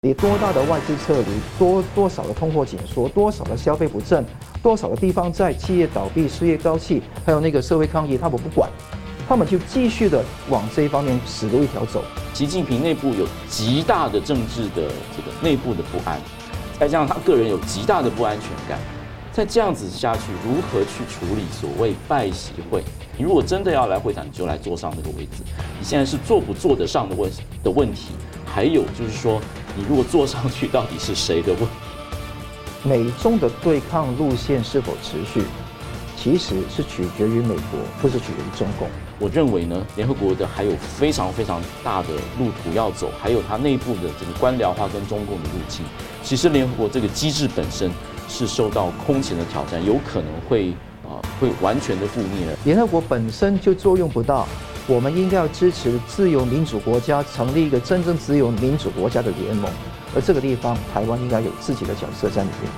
你多大的外资撤离，多少的通货紧缩，多少的消费不振，多少的地方债、企业倒闭、失业高企，还有那个社会抗议，他们不管，他们就继续的往这一方面死路一条走。 习近平内部有极大的政治的这个内部的不安，再加上他个人有极大的不安全感，在这样子下去，如何去处理所谓拜习会？你如果真的要来会谈，你就来坐上那个位置。你现在是坐不坐得上的问题，还有就是说，你如果坐上去，到底是谁的问题？ 美中的对抗路线是否持续，其实是取决于美国，不是取决于中共。 我认为呢，联合国的还有非常非常大的路途要走，还有它内部的这个官僚化跟中共的入侵。其实联合国这个机制本身是受到空前的挑战，有可能会完全的覆灭了。 联合国本身就作用不大，我们应该要支持自由民主国家成立一个真正自由民主国家的联盟，而这个地方台湾应该有自己的角色在里面。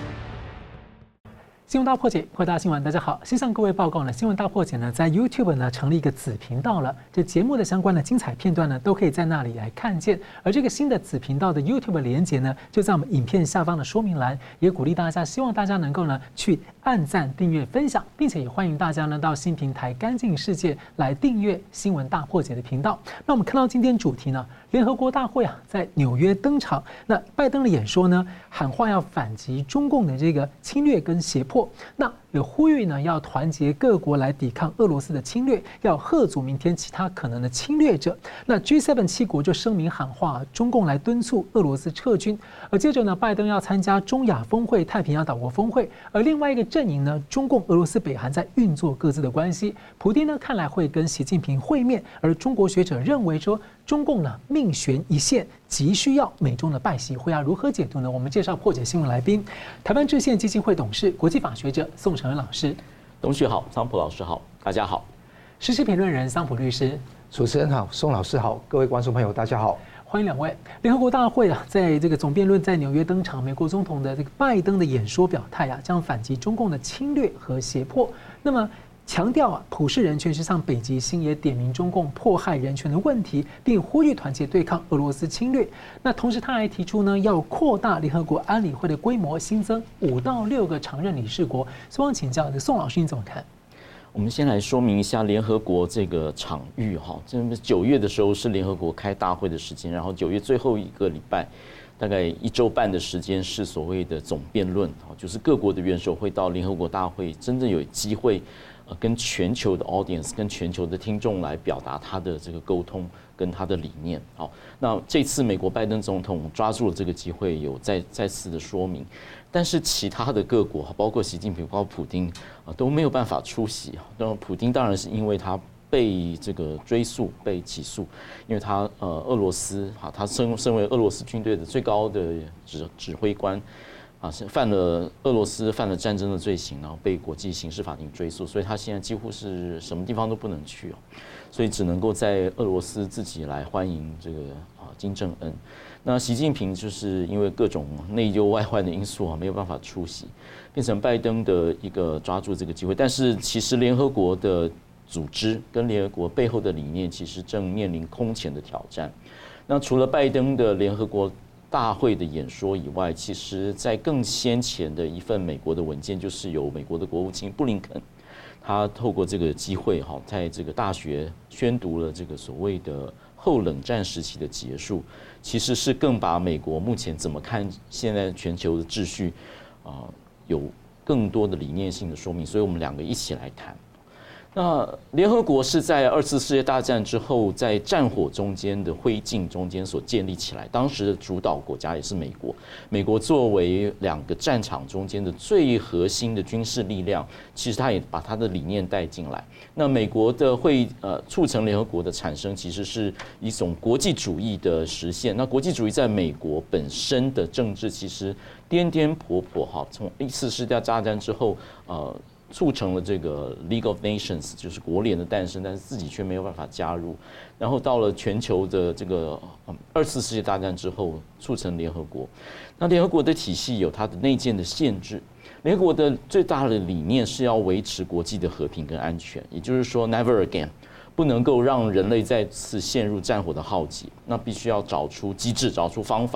新闻大破解，回答新闻，大家好，先向各位报告呢，新闻大破解呢在 YouTube 呢成立一个子频道了，这节目的相关的精彩片段呢都可以在那里来看见。而这个新的子频道的 YouTube 连结呢，就在我们影片下方的说明栏，也鼓励大家，希望大家能够呢去按赞、订阅、分享，并且也欢迎大家呢到新平台干净世界来订阅新闻大破解的频道。那我们看到今天主题呢，联合国大会啊在纽约登场，那拜登的演说呢喊话要反击中共的这个侵略跟胁迫。那有呼吁呢，要团结各国来抵抗俄罗斯的侵略，要嚇阻明天其他可能的侵略者。那 G7 7国就声明喊话，中共来敦促俄罗斯撤军。而接着呢，拜登要参加中亚峰会、太平洋岛国峰会。而另外一个阵营呢，中共、俄罗斯、北韩在运作各自的关系。普丁呢，看来会跟习近平会面。而中国学者认为说，中共呢命悬一线，急需要美中的拜习会啊，如何解读呢？我们介绍破解新闻来宾，台湾制宪基金会董事、国际法学者宋承恩老师。 东旭好，桑普老师好，大家好。 时事评论人桑普律师。 主持人好，宋老师好，各位观众朋友大家好。 欢迎两位。联合国大会啊，在这个总辩论在纽约登场，美国总统的这个拜登的演说表态啊，将反击中共的侵略和胁迫。那么强调啊，普世人权是向北极星，也点名中共迫害人权的问题，并呼吁团结对抗俄罗斯侵略。那同时他还提出呢，要扩大联合国安理会的规模，新增5到6个常任理事国。希望请教宋老师你怎么看？ 我们先来说明一下联合国这个场域哈，这9月的时候是联合国开大会的时间，然后9月最后一个礼拜，大概1周半的时间是所谓的总辩论，就是各国的元首会到联合国大会，真正有机会跟全球的 audience、跟全球的听众来表达他的这个沟通跟他的理念。好，那这次美国拜登总统抓住了这个机会，有再次的说明。但是其他的各国，包括习近平、包括普丁都没有办法出席。那普丁当然是因为他被这个追诉、被起诉，因为他俄罗斯他身为俄罗斯军队的最高的指挥官犯了俄罗斯犯了战争的罪行，然后被国际刑事法庭追诉，所以他现在几乎是什么地方都不能去所以只能够在俄罗斯自己来欢迎这个金正恩。那习近平就是因为各种内忧外患的因素没有办法出席，变成拜登的一个抓住这个机会。但是其实联合国的组织跟联合国背后的理念，其实正面临空前的挑战。那除了拜登的联合国大会的演说以外，其实在更先前的一份美国的文件，就是由美国的国务卿布林肯，他透过这个机会在这个大学宣读了这个所谓的后冷战时期的结束，其实是更把美国目前怎么看现在全球的秩序有更多的理念性的说明，所以我们2个一起来谈。那联合国是在2次世界大战之后，在战火中间的灰烬中间所建立起来。当时的主导国家也是美国，美国作为2个战场中间的最核心的军事力量，其实他也把他的理念带进来。那美国的会促成联合国的产生，其实是一种国际主义的实现。那国际主义在美国本身的政治其实颠颠簸簸从1次世界大战之后促成了这个 League of Nations， 就是国联的诞生，但是自己却没有办法加入。然后到了全球的这个2次世界大战之后，促成联合国。那联合国的体系有它的内建的限制。联合国的最大的理念是要维持国际的和平跟安全，也就是说 Never again， 不能够让人类再次陷入战火的浩劫。那必须要找出机制，找出方法，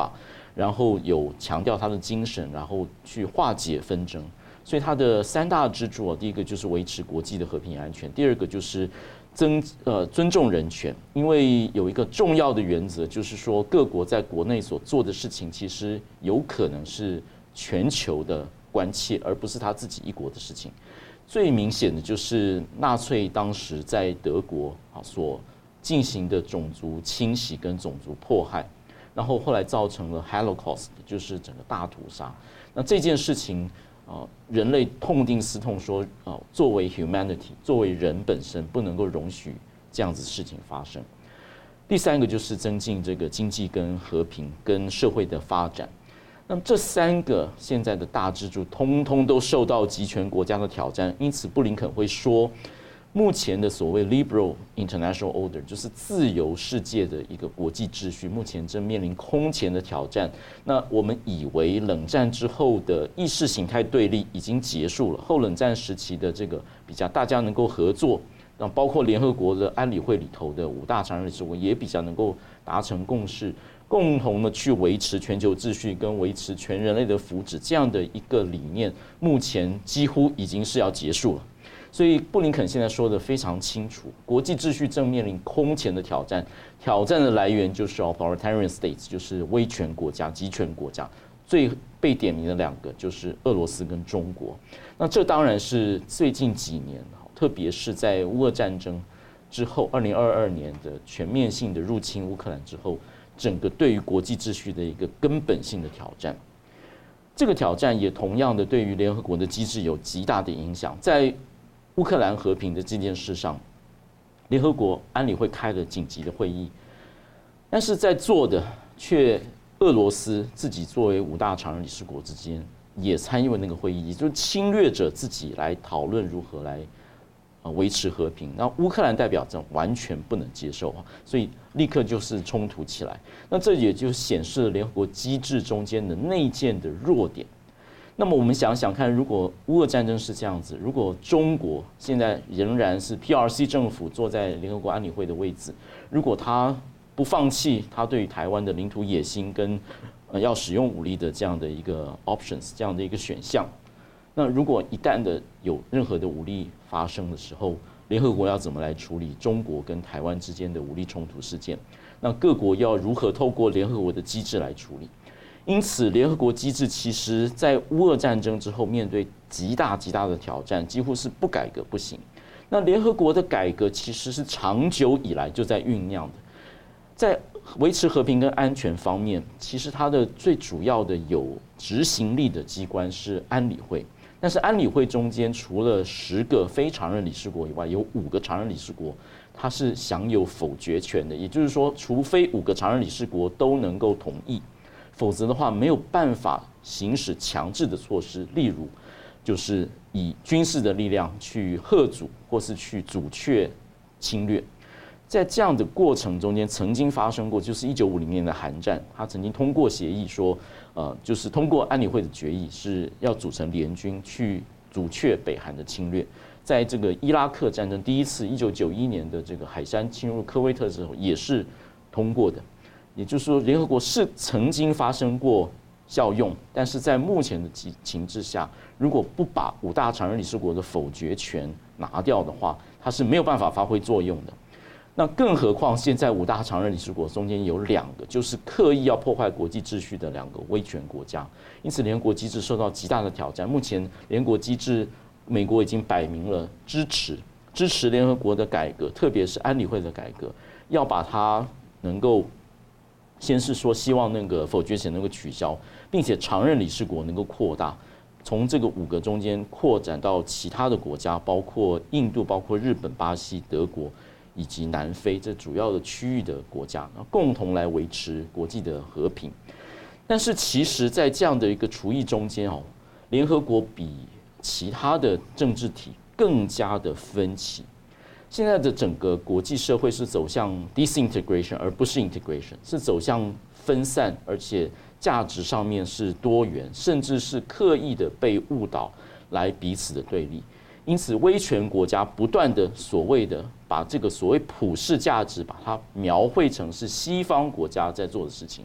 然后有强调它的精神，然后去化解纷争。所以它的3大支柱第一个就是维持国际的和平安全，第二个就是尊重人权，因为有一个重要的原则，就是说各国在国内所做的事情，其实有可能是全球的关切，而不是他自己一国的事情。最明显的就是纳粹当时在德国所进行的种族清洗跟种族迫害，然后后来造成了 Holocaust， 就是整个大屠杀。那这件事情人类痛定思痛说，作为 humanity， 作为人本身，不能够容许这样子的事情发生。第3个就是增进这个经济跟和平跟社会的发展。那么这3个现在的大支柱，通通都受到集权国家的挑战，因此布林肯会说，目前的所谓 liberal international order， 就是自由世界的一个国际秩序，目前正面临空前的挑战。那我们以为冷战之后的意识形态对立已经结束了，后冷战时期的这个比较大家能够合作，那包括联合国的安理会里头的5大常任理事国也比较能够达成共识，共同的去维持全球秩序跟维持全人类的福祉，这样的一个理念，目前几乎已经是要结束了。所以布林肯现在说的非常清楚，国际秩序正面临空前的挑战，挑战的来源就是 authoritarian states， 就是威权国家、集权国家。最被点名的2个就是俄罗斯跟中国。那这当然是最近几年，特别是在乌俄战争之后，2022年的全面性的入侵乌克兰之后，整个对于国际秩序的一个根本性的挑战。这个挑战也同样的对于联合国的机制有极大的影响。在乌克兰和平的这件事上，联合国安理会开了紧急的会议，但是在做的却俄罗斯自己作为5大常任理事国之间也参与了那个会议，也就是侵略者自己来讨论如何来维持和平。那乌克兰代表这完全不能接受，所以立刻就是冲突起来。那这也就显示了联合国机制中间的内建的弱点。那么我们想想看，如果乌俄战争是这样子，如果中国现在仍然是 PRC 政府坐在联合国安理会的位置，如果他不放弃他对于台湾的领土野心跟要使用武力的这样的一个 options， 这样的一个选项，那如果一旦的有任何的武力发生的时候，联合国要怎么来处理中国跟台湾之间的武力冲突事件？那各国要如何透过联合国的机制来处理？因此，联合国机制其实在乌俄战争之后，面对极大的挑战，几乎是不改革不行。那联合国的改革其实是长久以来就在酝酿的，在维持和平跟安全方面，其实它的最主要的有执行力的机关是安理会。但是安理会中间除了10个非常任理事国以外，有5个常任理事国，它是享有否决权的。也就是说，除非5个常任理事国都能够同意，否则的话没有办法行使强制的措施，例如就是以军事的力量去嚇阻或是去阻却侵略。在这样的过程中间，曾经发生过，就是1950年的韩战，他曾经通过协议说，就是通过安理会的决议是要组成联军去阻却北韩的侵略。在这个伊拉克战争第一次1991年的这个海珊侵入科威特的时候，也是通过的。也就是说，联合国是曾经发生过效用，但是在目前的情势下，如果不把5大常任理事国的否决权拿掉的话，它是没有办法发挥作用的。那更何况现在5大常任理事国中间有2个就是刻意要破坏国际秩序的2个威权国家，因此联合国机制受到极大的挑战。目前联合国机制，美国已经摆明了支持联合国的改革，特别是安理会的改革，要把它能够先是说希望那个否决权能够取消，并且常任理事国能够扩大，从这个5个中间扩展到其他的国家，包括印度、包括日本、巴西、德国以及南非这主要的区域的国家，共同来维持国际的和平。但是其实在这样的一个厨艺中间联合国比其他的政治体更加的分歧。现在的整个国际社会是走向 disintegration 而不是 integration， 是走向分散，而且价值上面是多元，甚至是刻意的被误导来彼此的对立。因此威权国家不断的所谓的把这个所谓普世价值把它描绘成是西方国家在做的事情，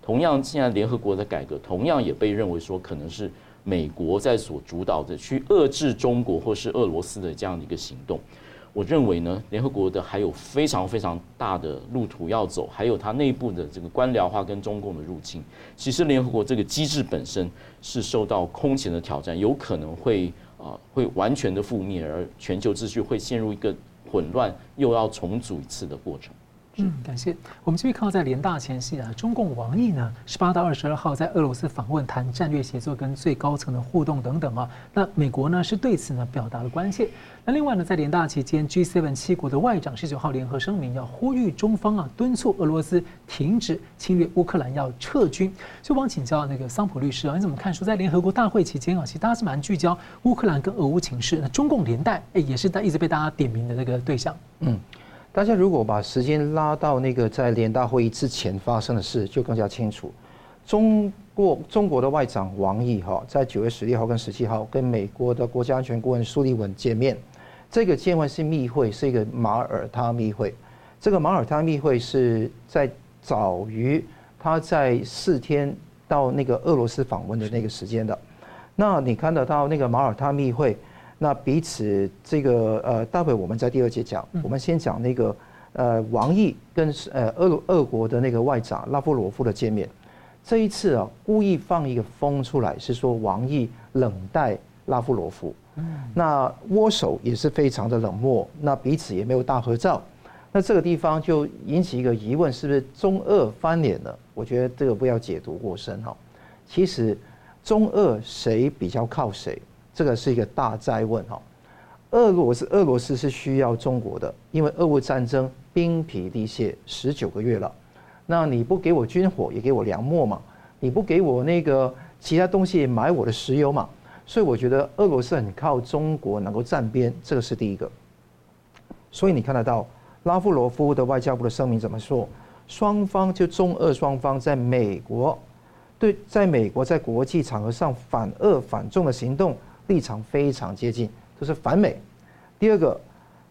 同样，现在联合国的改革同样也被认为说可能是美国在所主导的去遏制中国或是俄罗斯的这样的一个行动。我认为呢，联合国的还有非常非常大的路途要走，还有它内部的这个官僚化跟中共的入侵。其实联合国这个机制本身是受到空前的挑战，有可能会完全的覆灭，而全球秩序会陷入一个混乱，又要重组一次的过程。 感谢。我们继续看到，在联大前夕啊，中共王毅呢18到22号在俄罗斯访问，谈战略协作跟最高层的互动等等啊。那美国呢是对此呢表达了关切。那另外呢，在联大期间 ，G7 7国的外长19号联合声明，要呼吁中方啊敦促俄罗斯停止侵略乌克兰，要撤军。所以我想请教那个桑普律师啊，你怎么看？说在联合国大会期间啊，其实大家是蛮聚焦乌克兰跟俄乌情势，那中共连带也是一直被大家点名的这个对象。 大家如果把时间拉到那个在联大会议之前发生的事，就更加清楚。中国的外长王毅在9月16号跟17号跟美国的国家安全顾问苏利文见面，这个见面是密会，是一个马耳他密会。这个马耳他密会是在早于他在4天到那个俄罗斯访问的那个时间的。那你看得到那个马耳他密会。那彼此这个待会我们在第2节讲，我们先讲那个王毅跟俄国的那个外长拉夫罗夫的见面。这一次啊，故意放一个风出来，是说王毅冷待拉夫罗夫，那握手也是非常的冷漠，那彼此也没有大合照。那这个地方就引起一个疑问，是不是中俄翻脸了？我觉得这个不要解读过深哈。其实中俄谁比较靠谁？这个是一个大哉问哈。俄罗斯是需要中国的，因为俄乌战争兵疲力竭19个月了，那你不给我军火，也给我粮秣嘛，你不给我那个其他东西，买我的石油嘛，所以我觉得俄罗斯很靠中国能够站边，这个是第一个。所以你看得到拉夫罗夫的外交部的声明怎么说？双方就中俄双方在美国在国际场合上反俄反中的行动。立场非常接近，就是反美。第二个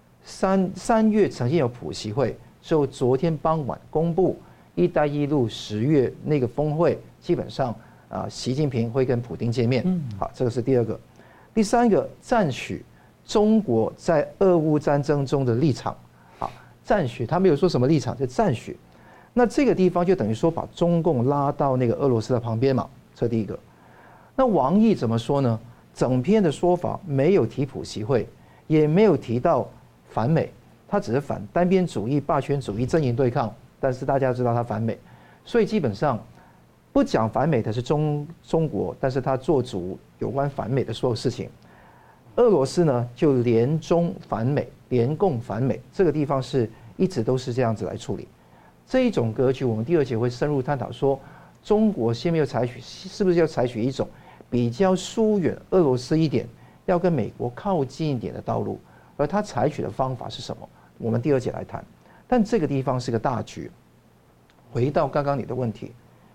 ，3月曾经有普习会，就昨天傍晚公布“一带一路”10月那个峰会，基本上习近平会跟普丁见面。好，这个是第二个。第三个，赞许中国在俄乌战争中的立场。好，赞许他没有说什么立场，就赞许。那这个地方就等于说把中共拉到那个俄罗斯的旁边嘛，这第一个。那王毅怎么说呢？整篇的说法没有提普习会，也没有提到反美，他只是反单边主义、霸权主义阵营对抗。但是大家知道他反美，所以基本上不讲反美的是中国，但是他做主有关反美的所有事情。俄罗斯呢就联中反美、联共反美，这个地方是一直都是这样子来处理。这一种格局，我们第2节会深入探讨说，中国是不是要采取一种比较疏远俄罗斯一点，要跟美国靠近一点的道路，而他采取的方法是什么？我们第2节来谈。但这个地方是个大局。回到刚刚你的问题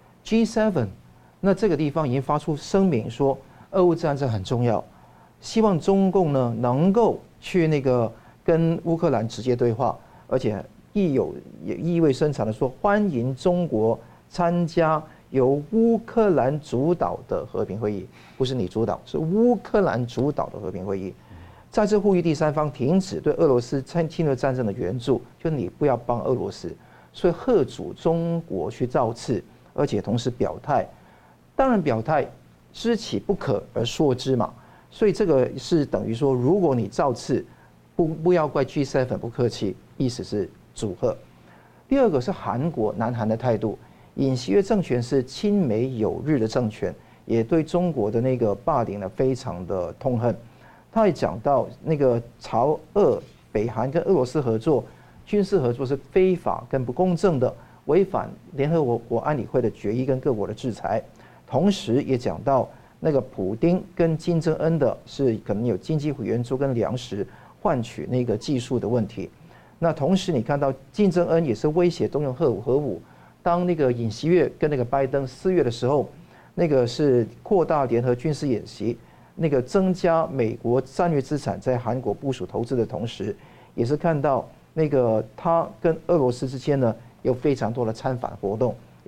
，G7， 那这个地方已经发出声明说，俄乌战争很重要，希望中共呢能够去那个跟乌克兰直接对话，而且也意味深长的说，欢迎中国参加由乌克兰主导的和平会议，不是你主导，是乌克兰主导的和平会议。在这呼吁第三方停止对俄罗斯侵略战争的援助，就你不要帮俄罗斯，所以贺阻中国去造次，而且同时表态。当然表态知其不可而说之嘛，所以这个是等于说，如果你造次，不要怪 G7 不客气，意思是祝贺。第二个是南韩的态度。尹锡悦政权是亲美友日的政权，也对中国的那个霸凌呢非常的痛恨。他也讲到那个朝俄、北韩跟俄罗斯合作，军事合作是非法跟不公正的，违反联合国安理会的决议跟各国的制裁。同时也讲到那个普丁跟金正恩的是可能有经济援助跟粮食换取那个技术的问题。那同时你看到金正恩也是威胁动用核武。当那个尹锡悦跟那个拜登4月的时候，那个是扩大联合军事演习，那个增加美国战略资产在韩国部署投资的同时，也是看到那个他跟俄罗斯之间呢有非常多的参反活动，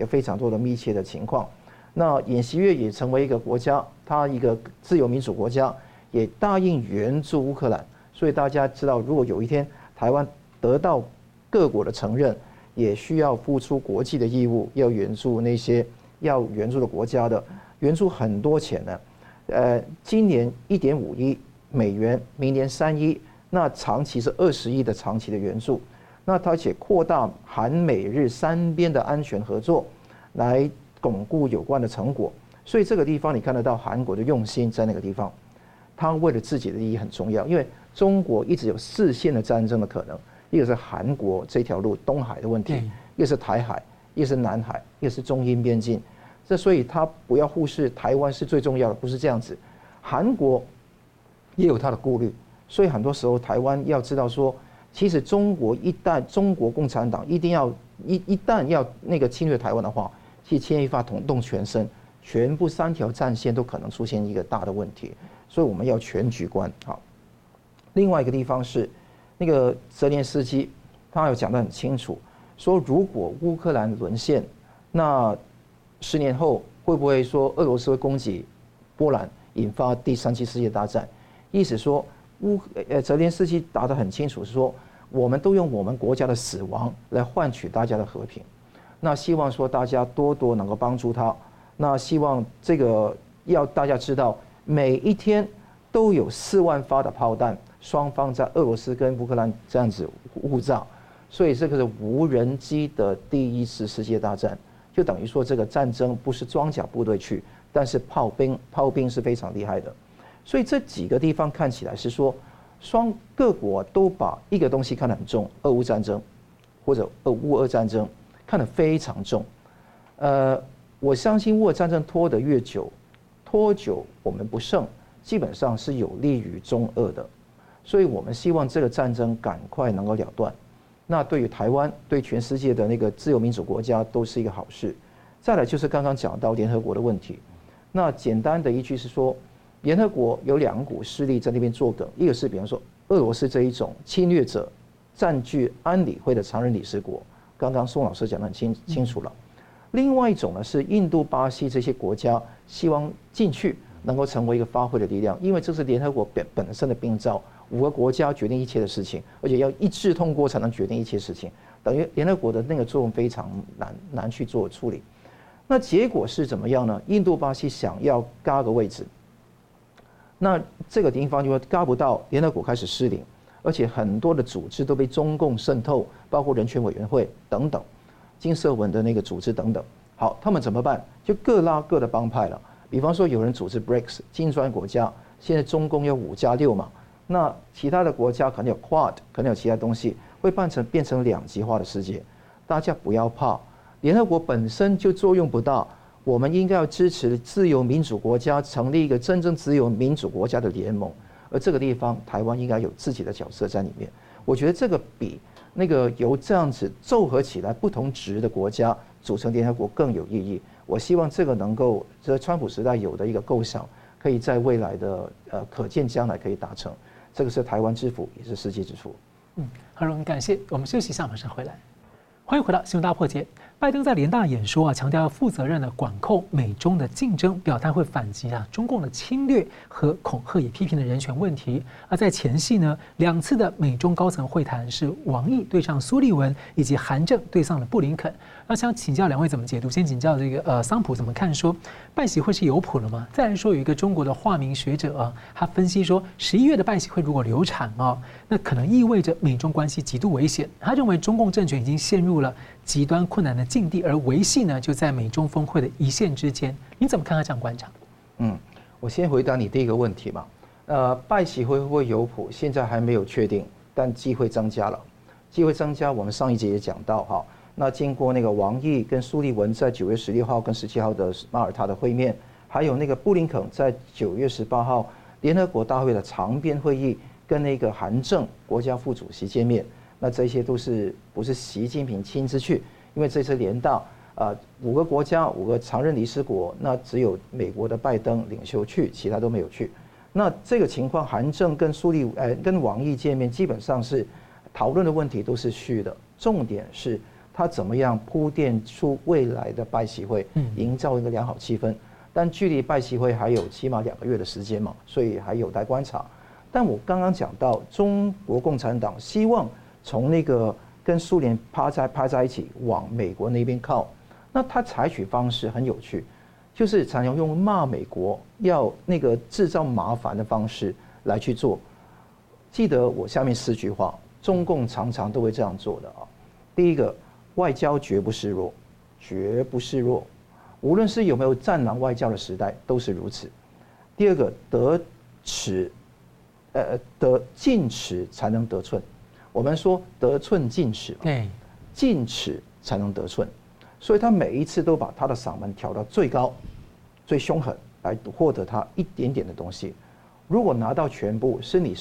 有非常多的密切的情况。那尹锡悦也成为一个国家，他一个自由民主国家，也答应援助乌克兰。所以大家知道，如果有一天台湾得到各国的承认，也需要付出国际的义务，要援助那些要援助的国家的，援助很多钱呢。今年1.5亿美元，明年3亿，那长期是20亿的长期的援助。那而且扩大韩美日3边的安全合作，来巩固有关的成果。所以这个地方你看得到韩国的用心在那个地方，他为了自己的利益很重要，因为中国一直有4线的战争的可能，一个是韩国这条路东海的问题，一个是台海，一个是南海，一个是中印边境。这所以他不要忽视台湾是最重要的，不是这样子。韩国也有他的顾虑，所以很多时候台湾要知道说，其实中国共产党一旦要那个侵略台湾的话，其实牵一发动全身，全部3条战线都可能出现一个大的问题，所以我们要全局观。好，另外一个地方是那个泽连斯基，他有讲得很清楚，说如果乌克兰沦陷，那10年后会不会说俄罗斯会攻击波兰，引发第3次世界大战？意思说泽连斯基答得很清楚，是说我们都用我们国家的死亡来换取大家的和平。那希望说大家多多能够帮助他。那希望这个要大家知道，每一天都有4万发的炮弹，双方在俄罗斯跟乌克兰这样子互炸，所以这个是无人机的第1次世界大战，就等于说这个战争不是装甲部队去，但是炮兵是非常厉害的。所以这几个地方看起来是说，各国都把一个东西看得很重，俄乌战争或者乌俄战争看得非常重。我相信乌俄战争拖得越久，我们不胜，基本上是有利于中俄的。所以我们希望这个战争赶快能够了断。那对于台湾，对全世界的那个自由民主国家都是一个好事。再来就是刚刚讲到联合国的问题。那简单的一句是说，联合国有2股势力在那边作梗，一个是比方说俄罗斯这一种侵略者占据安理会的常任理事国，刚刚宋老师讲得很清楚了。另外一种呢是印度、巴西这些国家希望进去能够成为一个发挥的力量，因为这是联合国本身的病灶，5个国家决定一切的事情，而且要一致通过才能决定一切事情，等于联合国的那个作用非常难去做处理。那结果是怎么样呢？印度、巴西想要嘎个位置，那这个地方就会嘎不到，联合国开始失灵，而且很多的组织都被中共渗透，包括人权委员会等等。金色文的那个组织等等，好，他们怎么办？就各拉各的帮派了。比方说，有人组织 BRICS 金砖国家，现在中共有5+6嘛，那其他的国家可能有 Quad， 可能有其他东西，会变成2极化的世界。大家不要怕，联合国本身就作用不大，我们应该要支持自由民主国家成立一个真正自由民主国家的联盟，而这个地方台湾应该有自己的角色在里面。我觉得这个比那个由这样子凑合起来不同值的国家组成联合国更有意义。我希望这个能够在川普时代有的一个构想，可以在未来的可见将来可以达成。这个是台湾之福，也是世界之福。 好，很感谢。我们休息一下，马上回来。欢迎回到新闻大破解。拜登在联大演说强调要负责任的管控美中的竞争，表态会反击中共的侵略和恐吓，也批评了人权问题。而在前夕呢，2次的美中高层会谈是王毅对上苏利文，以及韩正对上了布林肯。那想请教2位怎么解读？先请教这个桑普怎么看？说拜习会是有谱了吗？再来说有一个中国的化名学者他分析说11月的拜习会如果流产那可能意味着美中关系极度危险。他认为中共政权已经陷入了极端困难的境地，而维系呢就在美中峰会的一线之间。你怎么看他这样观察？ 我先回答你第一个问题嘛。拜习会会不会有谱？现在还没有确定，但机会增加了。机会增加，我们上一节也讲到哈。那经过那个王毅跟苏利文在9月16号跟17号的马耳他的会面，还有那个布林肯在9月18号联合国大会的长边会议跟那个韩正国家副主席见面，那这些都是不是习近平亲自去？因为这次联大5个国家5个常任理事国，那只有美国的拜登领袖去，其他都没有去。那这个情况，韩正跟跟王毅见面，基本上是讨论的问题都是虚的，重点是他怎么样铺垫出未来的拜习会，营造一个良好气氛。但距离拜习会还有起码2个月的时间嘛，所以还有待观察。但我刚刚讲到，中国共产党希望从那个跟苏联趴在一起，往美国那边靠。那他采取方式很有趣，就是常常用骂美国、要那个制造麻烦的方式来去做。记得我下面4句话，中共常常都会这样做的啊。第一个，外交绝不示弱，绝不示弱，无论是有没有战狼外交的时代都是如此。第二个，得进尺才能得寸。我们说得寸进尺， 对， 进尺才能得寸。所以他每一次都把他的嗓门调到最高、最凶狠，来获得他一点点的东西。如果拿到全部，是你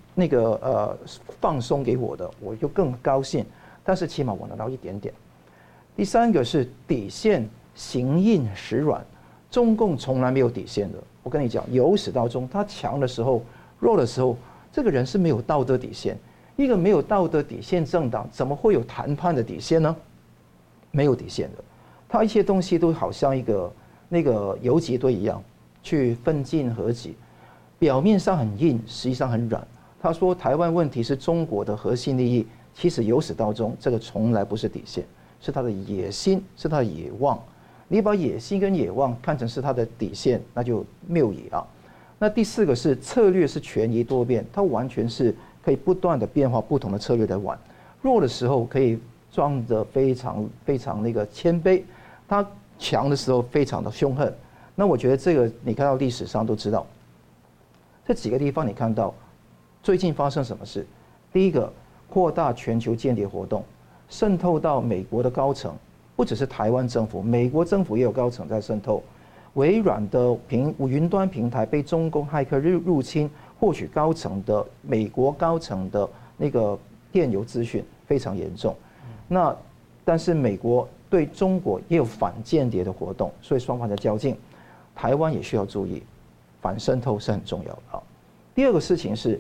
放松给我的，我就更高兴。但是起码我拿到一点点。第三个是底线，行硬实软。中共从来没有底线的。我跟你讲，由始到终，他强的时候、弱的时候，这个人是没有道德底线。一个没有道德底线政党，怎么会有谈判的底线呢？没有底线的。他一切东西都好像一个游击队一样，去分进合击。表面上很硬，实际上很软。他说台湾问题是中国的核心利益，其实由始到终，这个从来不是底线，是他的野心，是他的野望。你把野心跟野望看成是他的底线，那就谬矣啊。那第4个是策略是权宜多变，他完全是可以不断的变化不同的策略来玩。弱的时候可以装得非常非常谦卑，他强的时候非常的凶狠。那我觉得这个你看到历史上都知道。这几个地方你看到最近发生什么事？第一个，扩大全球间谍活动，渗透到美国的高层，不只是台湾政府，美国政府也有高层在渗透。微软的云端平台被中共骇客入侵，获取高层的美国高层的电邮资讯非常严重。那但是美国对中国也有反间谍的活动，所以双方在较劲。台湾也需要注意。反渗透是很重要的啊。第2个事情是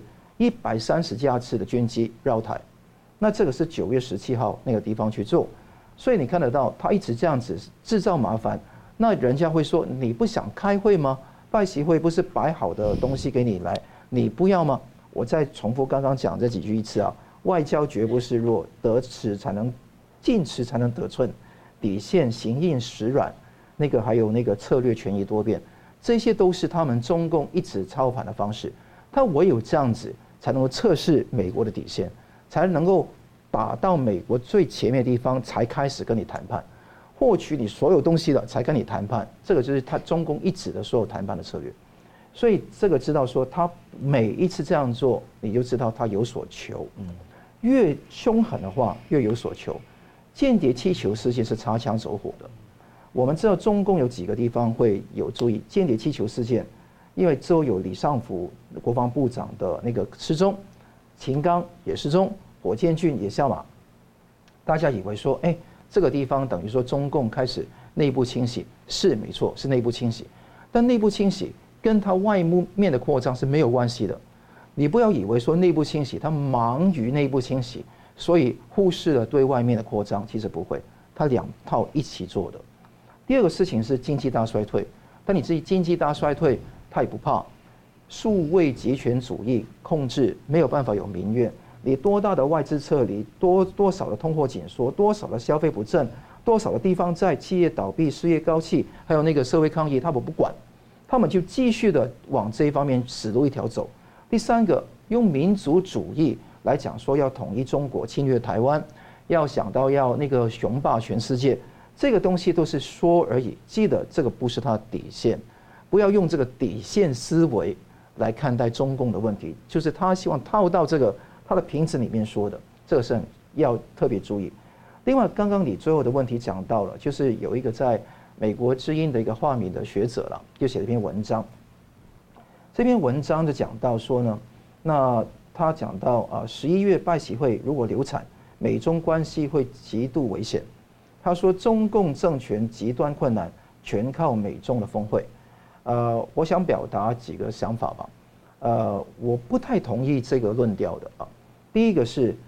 130架次的军机绕台，那这个是9月17号那个地方去做，所以你看得到他一直这样子制造麻烦，那人家会说你不想开会吗？拜习会不是摆好的东西给你来，你不要吗？我再重复刚刚讲这几句一次啊，外交绝不示弱，进尺才能得寸，底线行硬实软，还有策略权宜多变。这些都是他们中共一直操盘的方式，他唯有这样子才能够测试美国的底线，才能够打到美国最前面的地方，才开始跟你谈判，获取你所有东西了，才跟你谈判。这个就是他中共一直的所有谈判的策略。所以这个知道说，他每一次这样做，你就知道他有所求。越凶狠的话，越有所求。间谍气球事件是擦枪走火的。我们知道中共有几个地方会有注意间谍气球事件，因为之后有李尚福国防部长的失踪，秦刚也失踪，火箭军也下马，大家以为说，这个地方等于说中共开始内部清洗，是没错，是内部清洗，但内部清洗跟它外面的扩张是没有关系的。你不要以为说内部清洗，它忙于内部清洗，所以忽视了对外面的扩张，其实不会，它2套一起做的。第2个事情是经济大衰退，但你自己经济大衰退，他也不怕，数位极权主义控制没有办法有民怨，你多大的外资撤离，多少的通货紧缩，多少的消费不振，多少的地方债、企业倒闭、失业高企，还有社会抗议，他们不管，他们就继续的往这一方面死路一条走。第3个，用民族主义来讲说要统一中国、侵略台湾，要想到要雄霸全世界。这个东西都是说而已，记得这个不是他的底线，不要用这个底线思维来看待中共的问题，就是他希望套到他的瓶子里面说的，这个是要特别注意。另外，刚刚你最后的问题讲到了，就是有一个在美国之音的一个化名的学者了，就写了一篇文章，这篇文章就讲到说呢，那他讲到11月拜习会如果流产，美中关系会极度危险。他说中共政权极端困难，全靠美中的峰会。我想表达几个想法吧。我不太同意这个论调的啊。第一个是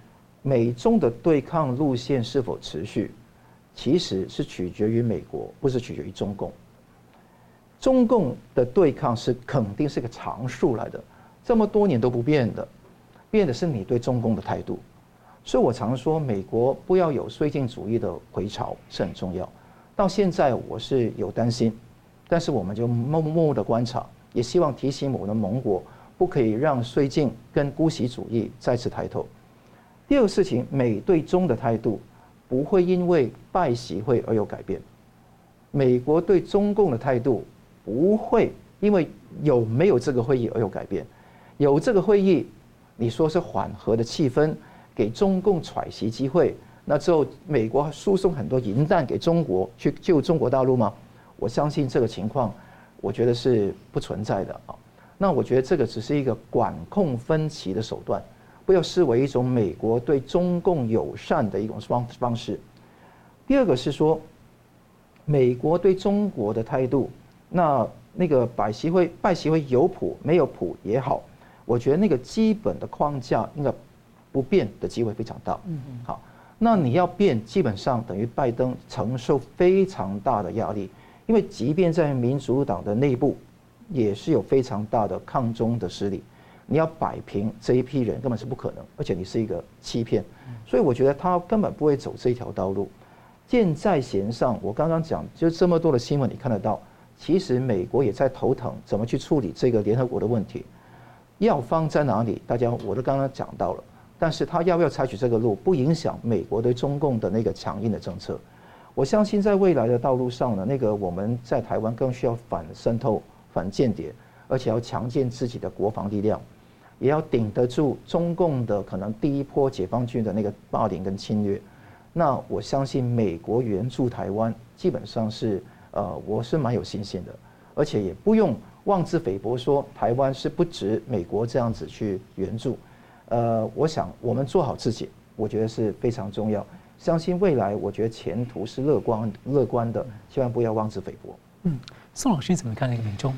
美中的对抗路线是否持续，其实是取决于美国，不是取决于中共。中共的对抗是肯定是个常数来的，这么多年都不变的，变的是你对中共的态度。所以我常说，美国不要有绥靖主义的回潮是很重要。到现在我是有担心，但是我们就默默的观察，也希望提醒我们的盟国，不可以让绥靖跟姑息主义再次抬头。第二个事情，美对中的态度不会因为拜习会而有改变，美国对中共的态度不会因为有没有这个会议而有改变。有这个会议，你说是缓和的气氛，给中共喘息机会，那之后美国输送很多银弹给中国去救中国大陆吗？我相信这个情况，我觉得是不存在的啊。那我觉得这个只是一个管控分歧的手段，不要视为一种美国对中共友善的一种方式。第二个是说，美国对中国的态度，那个拜习会有谱没有谱也好，我觉得那个基本的框架应该不变的机会非常大。好，那你要变，基本上等于拜登承受非常大的压力，因为即便在民主党的内部，也是有非常大的抗中的势力，你要摆平这一批人根本是不可能，而且你是一个欺骗，所以我觉得他根本不会走这条道路。箭在弦上，我刚刚讲就这么多的新闻你看得到，其实美国也在头疼怎么去处理这个联合国的问题，药方在哪里？大家我都刚刚讲到了，但是他要不要采取这个路，不影响美国对中共的那个强硬的政策。我相信在未来的道路上呢，那个我们在台湾更需要反渗透、反间谍，而且要强健自己的国防力量，也要顶得住中共的可能第一波解放军的那个霸凌跟侵略。那我相信美国援助台湾，基本上是我是蛮有信心的，而且也不用妄自菲薄说台湾是不值美国这样子去援助。我想我们做好自己，我觉得是非常重要。相信未来，我觉得前途是乐观的，千万不要妄自菲薄。 宋老师怎么看那个美中？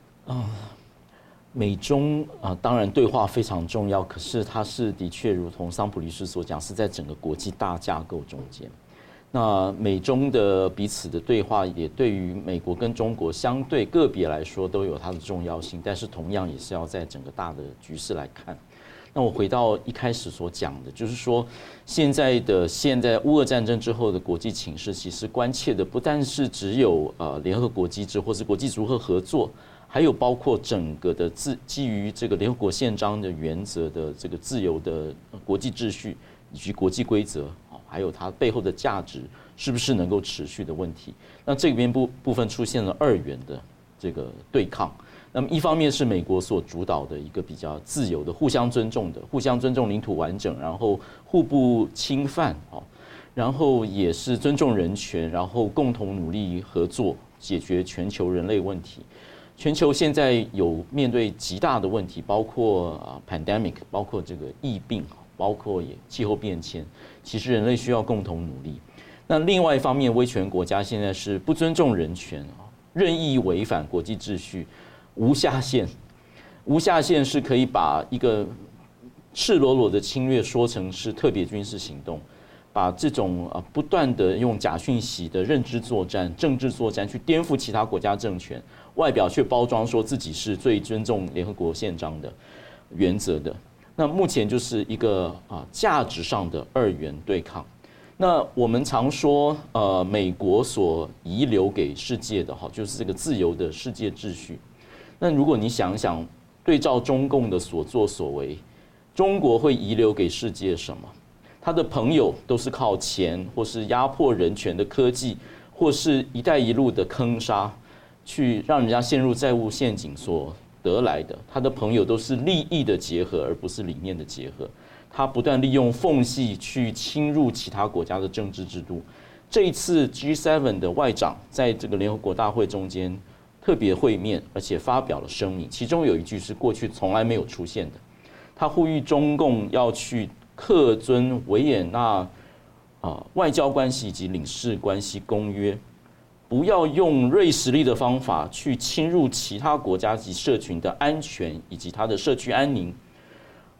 美中当然对话非常重要，可是它是的确如同桑普律师所讲，是在整个国际大架构中间。那美中的彼此的对话，也对于美国跟中国相对个别来说都有它的重要性，但是同样也是要在整个大的局势来看。那我回到一开始所讲的，就是说现在乌俄战争之后的国际情势，其实关切的不但是只有联合国机制或是国际如何合作，还有包括整个的基于这个联合国宪章的原则的这个自由的国际秩序以及国际规则，还有它背后的价值是不是能够持续的问题。那这边部分出现了二元的这个对抗。那么一方面是美国所主导的一个比较自由的、互相尊重领土完整，然后互不侵犯，然后也是尊重人权，然后共同努力合作解决全球人类问题。全球现在有面对极大的问题，包括pandemic， 包括这个疫病，包括也气候变迁，其实人类需要共同努力。那另外一方面，威权国家现在是不尊重人权，任意违反国际秩序。无下限，无下限是可以把一个赤裸裸的侵略说成是特别军事行动，把这种不断的用假讯息的认知作战、政治作战去颠覆其他国家政权，外表却包装说自己是最尊重联合国宪章的原则的。那目前就是一个价值上的二元对抗。那我们常说，美国所遗留给世界的就是这个自由的世界秩序。那如果你想想，对照中共的所作所为，中国会遗留给世界什么？他的朋友都是靠钱或是压迫人权的科技，或是一带一路的坑杀，去让人家陷入债务陷阱所得来的。他的朋友都是利益的结合，而不是理念的结合。他不断利用缝隙去侵入其他国家的政治制度。这一次 G7 的外长在这个联合国大会中间特别会面，而且发表了声明，其中有一句是过去从来没有出现的。他呼吁中共要去恪遵维也纳外交关系以及领事关系公约，不要用锐实力的方法去侵入其他国家及社群的安全以及它的社区安宁，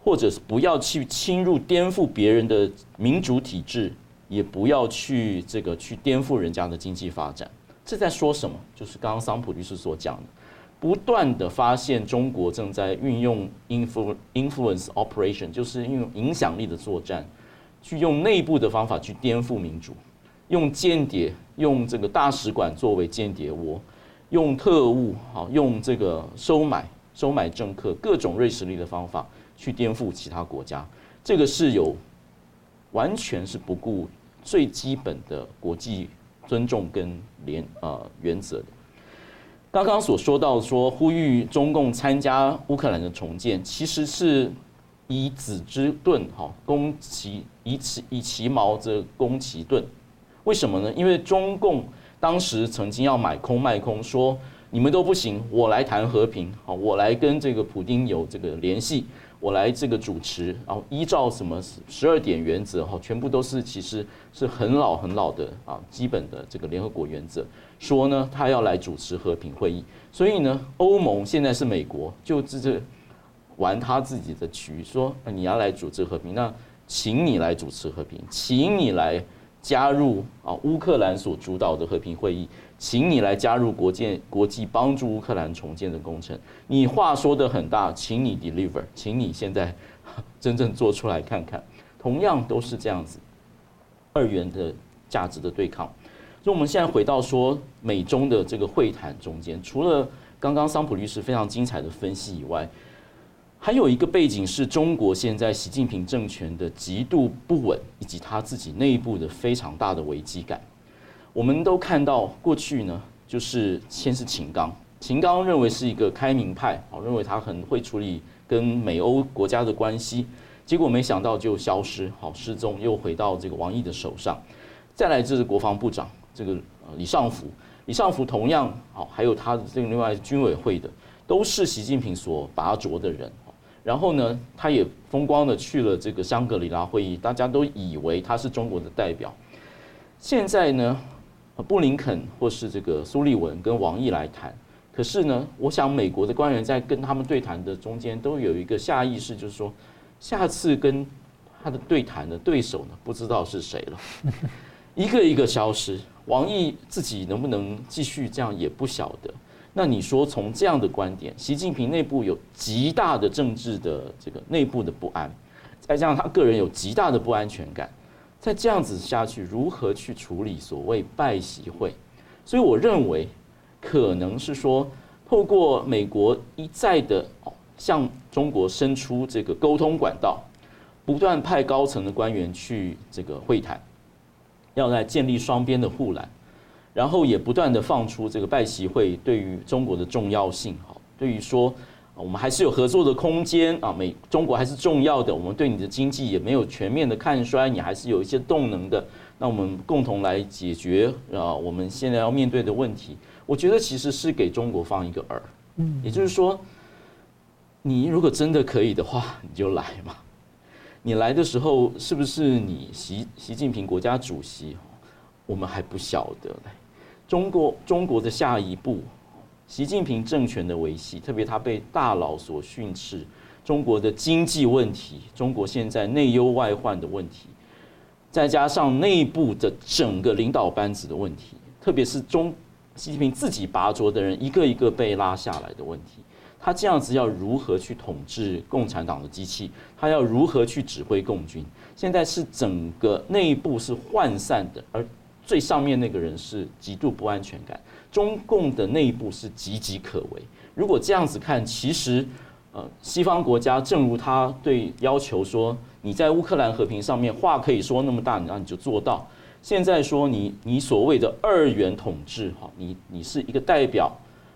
或者是不要去侵入颠覆别人的民主体制，也不要去去颠覆人家的经济发展。这在说什么？就是刚刚桑普律师所讲的，不断的发现中国正在运用 influence operation， 就是运用影响力的作战，去用内部的方法去颠覆民主，用间谍，用这个大使馆作为间谍窝，用特务，用这个收买政客，各种锐实力的方法去颠覆其他国家。这个是完全是不顾最基本的国际尊重跟原则的。刚刚所说到呼吁中共参加乌克兰的重建，其实是以子之盾以其矛则攻其盾。为什么呢？因为中共当时曾经要买空卖空，说你们都不行，我来谈和平，我来跟这个普丁有这个联系，我来这个主持，然后依照什么12点原则，全部都是其实是很老的基本的这个联合国原则，说呢他要来主持和平会议。所以呢，欧盟现在是美国就玩他自己的局，说你要来主持和平，那请你来主持和平，请你来加入乌克兰所主导的和平会议，请你来加入国际帮助乌克兰重建的工程。你话说得很大，请你 deliver， 请你现在真正做出来看看。同样都是这样子，二元的价值的对抗。所以我们现在回到说美中的这个会谈中间，除了刚刚桑普律师非常精彩的分析以外，还有一个背景是中国现在习近平政权的极度不稳，以及他自己内部的非常大的危机感。我们都看到过去呢，就是先是秦刚认为是一个开明派，认为他很会处理跟美欧国家的关系，结果没想到就消失，失踪，又回到这个王毅的手上。再来就是国防部长这个李尚福同样还有他的这个另外军委会的，都是习近平所拔擢的人。然后呢，他也风光的去了这个香格里拉会议，大家都以为他是中国的代表。现在呢，布林肯或是这个苏利文跟王毅来谈，可是呢，我想美国的官员在跟他们对谈的中间都有一个下意识，就是说，下次跟他的对谈的对手呢，不知道是谁了，一个一个消失。王毅自己能不能继续这样也不晓得。那你说从这样的观点，习近平内部有极大的政治的这个内部的不安，再加上他个人有极大的不安全感，再这样子下去，如何去处理所谓拜习会？所以我认为，可能是说，透过美国一再的向中国伸出这个沟通管道，不断派高层的官员去这个会谈，要来建立双边的护栏。然后也不断的放出这个拜习会对于中国的重要性，对于说我们还是有合作的空间中国还是重要的，我们对你的经济也没有全面的看衰，你还是有一些动能的，那我们共同来解决我们现在要面对的问题。我觉得其实是给中国放一个饵，也就是说，你如果真的可以的话，你就来嘛。你来的时候是不是你习近平国家主席，我们还不晓得嘞。中国的下一步，习近平政权的维系，特别他被大佬所训斥，中国的经济问题，中国现在内忧外患的问题，再加上内部的整个领导班子的问题，特别是习近平自己拔擢的人一个一个被拉下来的问题，他这样子要如何去统治共产党的机器？他要如何去指挥共军？现在是整个内部是涣散的，而最上面那个人是极度不安全感，中共的内部是岌岌可危。如果这样子看，其实西方国家正如他对要求说，你在乌克兰和平上面话可以说那么大，那你就做到。现在说你所谓的二元统治，你是一个代表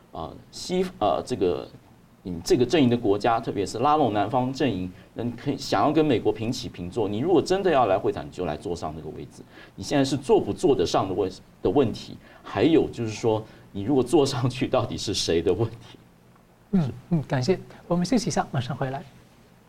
你这个阵营的国家，特别是拉拢南方阵营，可以想要跟美国平起平坐。你如果真的要来会谈，你就来坐上那个位置。你现在是坐不坐得上的问题，还有就是说，你如果坐上去，到底是谁的问题？ 感谢。我们休息一下，马上回来。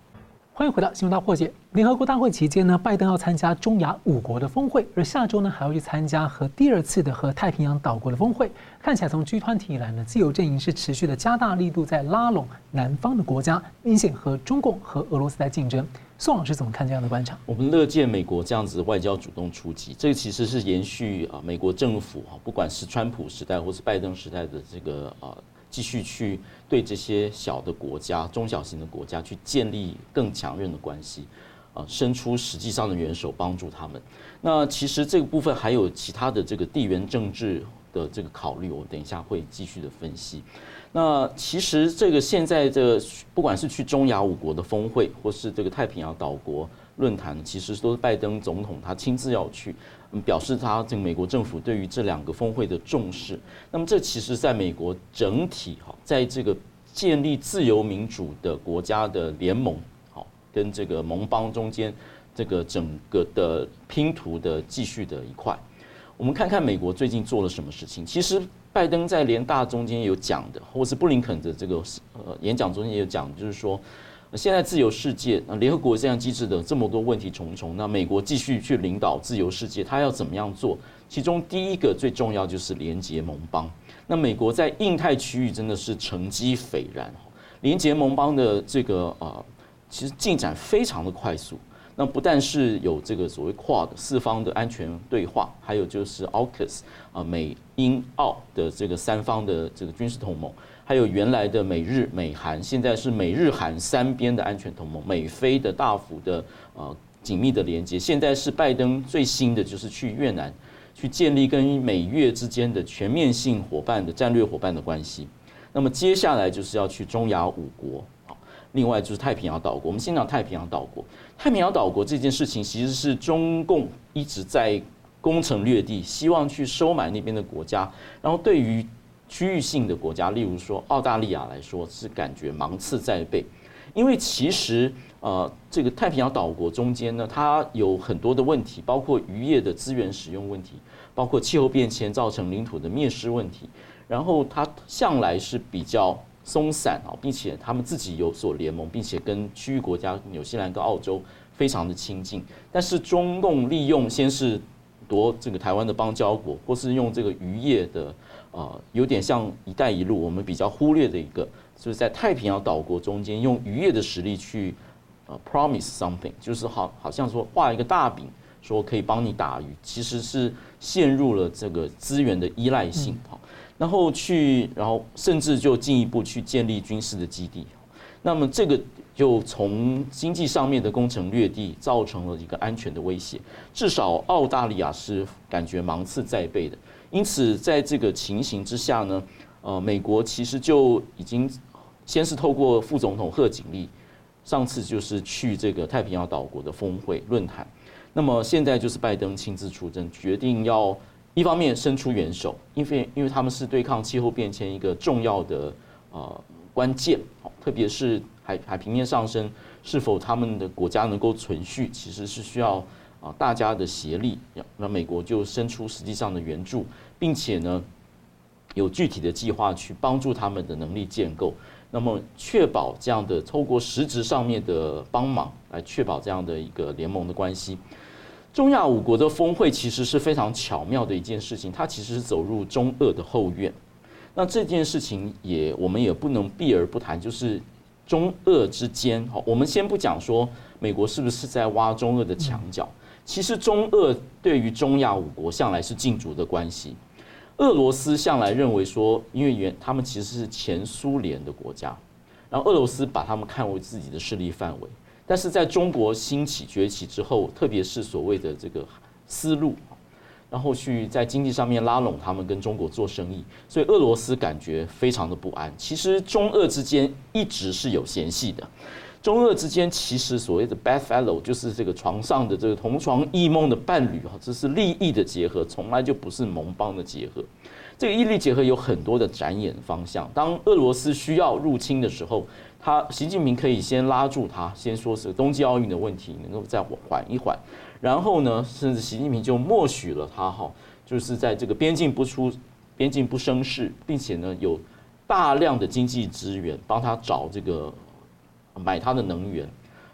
欢迎回到新闻大破解。联合国大会期间呢，拜登要参加中亚5国的峰会，而下周呢还要去参加第2次的和太平洋岛国的峰会。看起来从 G20 以来呢，自由阵营是持续的加大力度在拉拢南方的国家，明显和中共和俄罗斯在竞争。宋老师怎么看这样的观察？ 我们乐见美国这样子的外交主动出击，这个其实是延续美国政府不管是川普时代或是拜登时代的这个继续去对这些小的国家、中小型的国家去建立更强韧的关系，伸出实际上的援手帮助他们。那其实这个部分还有其他的这个地缘政治的这个考虑，我等一下会继续的分析。那其实这个现在的不管是去中亚5国的峰会，或是这个太平洋岛国论坛，其实都是拜登总统他亲自要去，表示他这个美国政府对于这2个峰会的重视。那么这其实在美国整体在这个建立自由民主的国家的联盟跟这个盟邦中间这个整个的拼图的继续的一块。我们看看美国最近做了什么事情。其实拜登在联大中间有讲的，或是布林肯的这个演讲中间也有讲，就是说现在自由世界联合国这样机制的这么多问题重重，那美国继续去领导自由世界，他要怎么样做？其中第一个最重要就是连结盟邦。那美国在印太区域真的是成绩斐然，连结盟邦的这个其实进展非常的快速。那不但是有这个所谓Quad 4方的安全对话，还有就是 AUKUS 美英澳的这个3方的这个军事同盟，还有原来的美日美韩，现在是美日韩3边的安全同盟，美菲的大幅的紧密的连接。现在是拜登最新的就是去越南去建立跟美越之间的全面性伙伴的战略伙伴的关系。那么接下来就是要去中亚5国。另外就是太平洋岛国，我们先讲太平洋岛国。太平洋岛国这件事情，其实是中共一直在攻城略地，希望去收买那边的国家。然后对于区域性的国家，例如说澳大利亚来说，是感觉芒刺在背，因为其实这个太平洋岛国中间呢，它有很多的问题，包括渔业的资源使用问题，包括气候变迁造成领土的灭失问题。然后它向来是比较松散并且他们自己有所联盟，并且跟区域国家纽西兰跟澳洲非常的亲近。但是中共利用先是夺这个台湾的邦交国，或是用这个渔业的有点像“一带一路”，我们比较忽略的一个，就是在太平洋岛国中间用渔业的实力去promise something， 就是好像说画一个大饼，说可以帮你打鱼，其实是陷入了这个资源的依赖性然后甚至就进一步去建立军事的基地，那么这个就从经济上面的攻城略地，造成了一个安全的威胁。至少澳大利亚是感觉芒刺在背的，因此在这个情形之下呢，美国其实就已经先是透过副总统贺锦丽，上次就是去这个太平洋岛国的峰会论坛，那么现在就是拜登亲自出征，决定要一方面伸出援手，因为他们是对抗气候变迁一个重要的关键，特别是海平面上升，是否他们的国家能够存续，其实是需要大家的协力。那美国就伸出实际上的援助，并且呢有具体的计划去帮助他们的能力建构，那么确保这样的透过实质上面的帮忙来确保这样的一个联盟的关系。中亚5国的峰会其实是非常巧妙的一件事情，它其实是走入中俄的后院。那这件事情我们也不能避而不谈，就是中俄之间，我们先不讲说美国是不是在挖中俄的墙角，其实中俄对于中亚5国向来是竞逐的关系。俄罗斯向来认为说，因为他们其实是前苏联的国家，然后俄罗斯把他们看为自己的势力范围。但是在中国兴起崛起之后，特别是所谓的这个丝路，然后去在经济上面拉拢他们跟中国做生意，所以俄罗斯感觉非常的不安。其实中俄之间一直是有嫌隙的，中俄之间其实所谓的 bedfellow 就是这个床上的这个同床异梦的伴侣，这是利益的结合，从来就不是盟邦的结合。这个伊利结合有很多的展演方向。当俄罗斯需要入侵的时候，习近平可以先拉住他，先说是冬季奥运的问题能够再缓一缓，然后呢，甚至习近平就默许了他就是在这个边境不生事，并且呢有大量的经济资源帮他找这个买他的能源，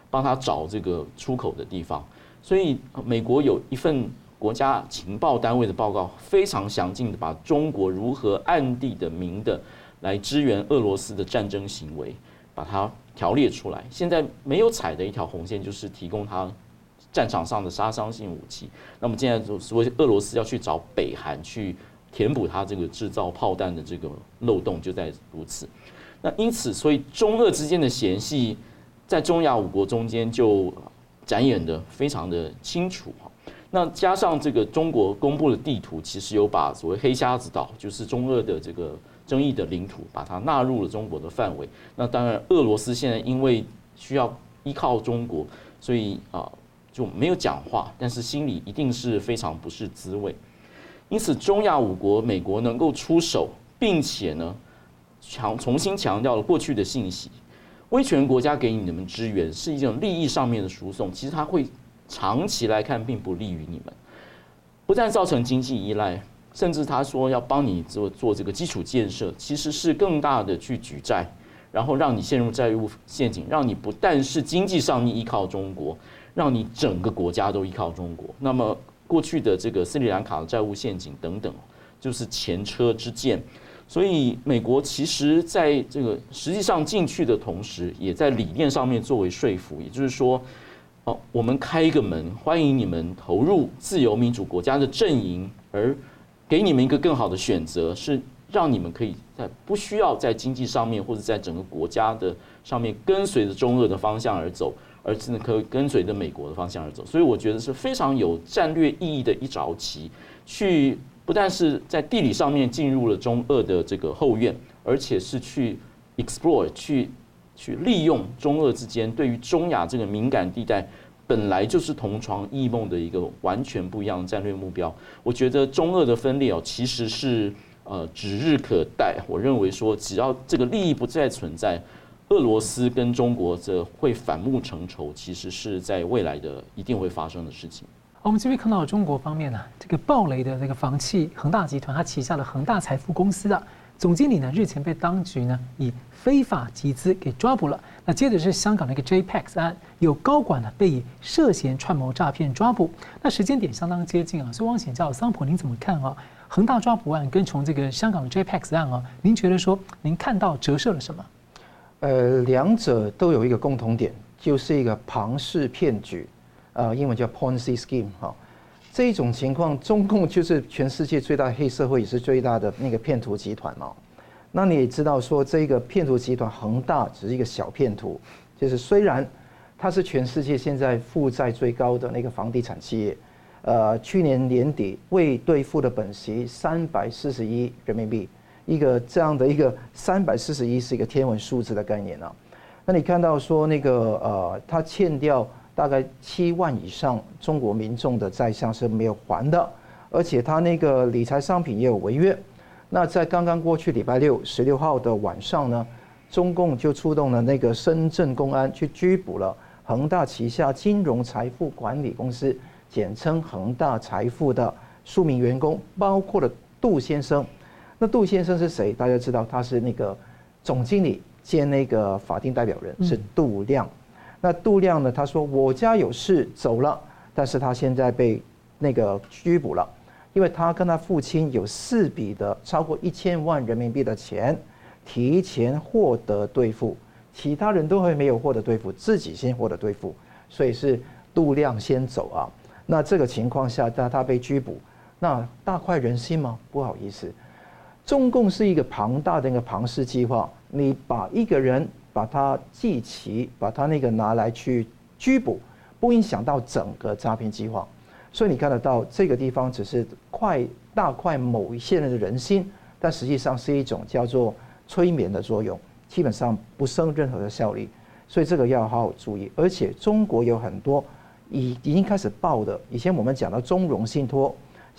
帮他找这个出口的地方。所以美国有一份国家情报单位的报告，非常详尽的把中国如何暗地的明的来支援俄罗斯的战争行为，把它条列出来。现在没有踩的一条红线就是提供他战场上的杀伤性武器。那么现在所谓俄罗斯要去找北韩去填补它这个制造炮弹的这个漏洞，就在如此。那因此，所以中俄之间的嫌隙，在中亚5国中间就展演的非常的清楚。那加上这个中国公布的地图，其实有把所谓黑瞎子岛，就是中俄的这个争议的领土，把它纳入了中国的范围。那当然，俄罗斯现在因为需要依靠中国，所以就没有讲话，但是心里一定是非常不是滋味。因此，中亚5国，美国能够出手，并且呢，重新强调了过去的信息，威权国家给你们支援是一种利益上面的输送，其实它会长期来看并不利于你们，不但造成经济依赖，甚至他说要帮你做这个基础建设，其实是更大的去举债，然后让你陷入债务陷阱，让你不但是经济上面依靠中国，让你整个国家都依靠中国。那么过去的这个斯里兰卡的债务陷阱等等，就是前车之鉴。所以美国其实在这个实际上进去的同时，也在理念上面作为说服，也就是说，我们开一个门，欢迎你们投入自由民主国家的阵营，而给你们一个更好的选择，是让你们可以在不需要在经济上面或者在整个国家的上面跟随着中俄的方向而走，而真的可以跟随着美国的方向而走。所以我觉得是非常有战略意义的一着棋，去不但是在地理上面进入了中俄的这个后院，而且是去 explore 去利用中俄之间对于中亚这个敏感地带本来就是同床异梦的一个完全不一样的战略目标。我觉得中俄的分裂其实是指日可待。我认为说，只要这个利益不再存在，俄罗斯跟中国这会反目成仇，其实是在未来的一定会发生的事情。 我们这边看到中国方面呢，这个暴雷的这个房企恒大集团，它旗下的恒大财富公司的总经理呢，日前被当局呢以非法集资给抓捕了。那接着是香港的一个 JPEX 案，有高管呢被以涉嫌串谋诈骗抓捕。那时间点相当接近啊，所以我想请教桑普，您怎么看啊？恒大抓捕案跟从这个香港的 JPEX 案啊，您觉得说您看到折射了什么？ 两者都有一个共同点，就是一个庞氏骗局，英文叫 Ponzi scheme 哈。这种情况，中共就是全世界最大的黑社会，也是最大的那个骗徒集团嘛。那你也知道说，这个骗徒集团恒大只是一个小骗徒，就是虽然它是全世界现在负债最高的那个房地产企业，去年年底未兑付的本息340亿人民币，一个这样的一个340亿是一个天文数字的概念啊。那你看到说那个它欠掉大概7万以上中国民众的债项是没有还的，而且他那个理财商品也有违约。那在刚刚过去礼拜六16号的晚上呢，中共就出动了那个深圳公安去拘捕了恒大旗下金融财富管理公司，简称恒大财富的数名员工，包括了杜先生。那杜先生是谁？大家知道他是那个总经理兼那个法定代表人，是杜亮。那杜亮呢？他说我家有事走了，但是他现在被那个拘捕了，因为他跟他父亲有4笔的超过1000万人民币的钱提前获得兑付，其他人都还没有获得兑付，自己先获得兑付，所以是杜亮先走啊。那这个情况下，他被拘捕，那大快人心吗？不好意思，中共是一个庞大的一个庞氏计划，你把一个人把他记齐，把他那个拿来去拘捕，不影响到整个诈骗计划。所以你看得到这个地方只是大快某一些人的人心，但实际上是一种叫做催眠的作用，基本上不生任何的效力。所以这个要好好注意。而且中国有很多已经开始爆的，以前我们讲到中融信托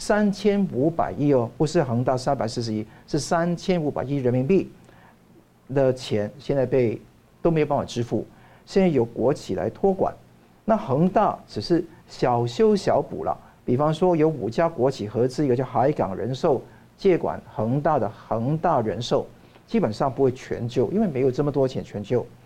3500亿哦，不是恒大340亿，是3500亿人民币的钱，现在都没有办法支付，现在由国企来托管。那恒大只是小修小补了，比方说有5家国企合资一个叫海港人寿接管恒大的恒大人寿，基本上不会全救，因为没有这么多钱全救。